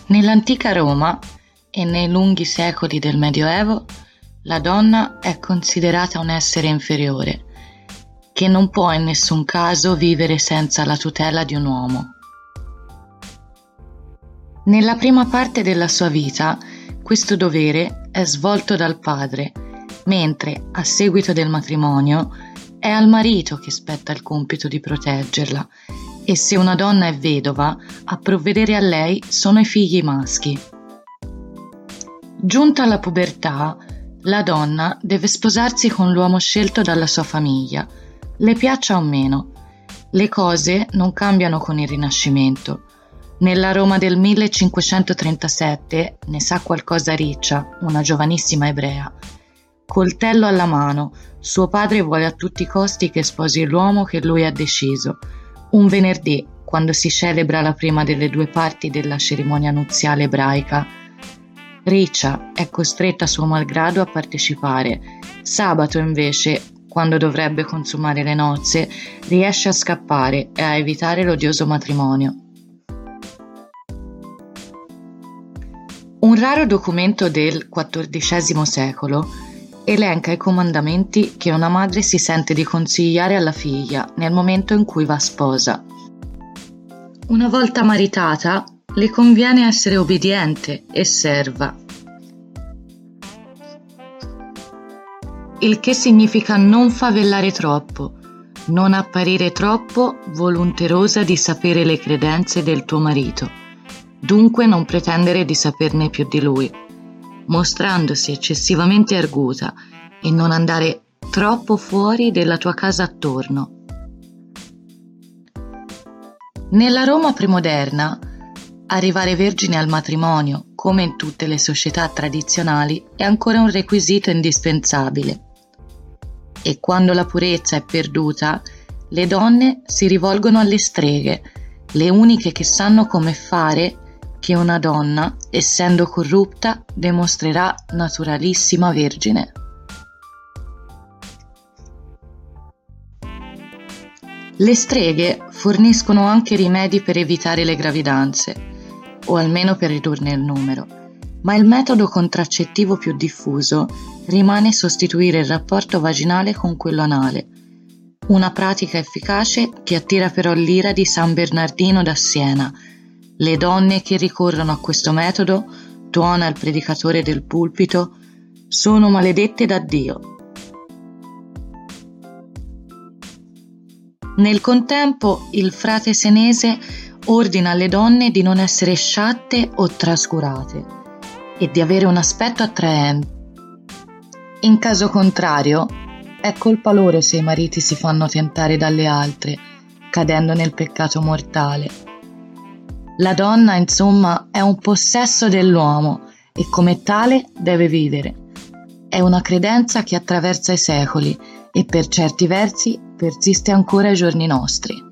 Nell'antica Roma e nei lunghi secoli del Medioevo la donna è considerata un essere inferiore, che non può in nessun caso vivere senza la tutela di un uomo. Nella prima parte della sua vita questo dovere è svolto dal padre, mentre a seguito del matrimonio è al marito che spetta il compito di proteggerla, e se una donna è vedova, a provvedere a lei sono i figli maschi. Giunta alla pubertà, la donna deve sposarsi con l'uomo scelto dalla sua famiglia, le piaccia o meno. Le cose non cambiano con il Rinascimento. Nella Roma del 1537 ne sa qualcosa Riccia, una giovanissima ebrea. Coltello alla mano, suo padre vuole a tutti i costi che sposi l'uomo che lui ha deciso. Un venerdì, quando si celebra la prima delle due parti della cerimonia nuziale ebraica, Riccia è costretta a suo malgrado a partecipare. Sabato, invece, quando dovrebbe consumare le nozze, riesce a scappare e a evitare l'odioso matrimonio. Un raro documento del XIV secolo elenca i comandamenti che una madre si sente di consigliare alla figlia nel momento in cui va sposa. Una volta maritata, le conviene essere obbediente e serva, il che significa non favellare troppo, non apparire troppo volonterosa di sapere le credenze del tuo marito, dunque non pretendere di saperne più di lui, mostrandosi eccessivamente arguta e non andare troppo fuori della tua casa attorno. Nella Roma premoderna, arrivare vergine al matrimonio, come in tutte le società tradizionali, è ancora un requisito indispensabile. E quando la purezza è perduta, le donne si rivolgono alle streghe, le uniche che sanno come fare che una donna, essendo corrupta, dimostrerà naturalissima vergine. Le streghe forniscono anche rimedi per evitare le gravidanze, o almeno per ridurne il numero, ma il metodo contraccettivo più diffuso rimane sostituire il rapporto vaginale con quello anale, una pratica efficace che attira però l'ira di San Bernardino da Siena. Le donne che ricorrono a questo metodo, tuona il predicatore del pulpito, sono maledette da Dio. Nel contempo, il frate senese ordina alle donne di non essere sciatte o trascurate e di avere un aspetto attraente. In caso contrario, è colpa loro se i mariti si fanno tentare dalle altre, cadendo nel peccato mortale. La donna, insomma, è un possesso dell'uomo e come tale deve vivere. È una credenza che attraversa i secoli e per certi versi persiste ancora ai giorni nostri.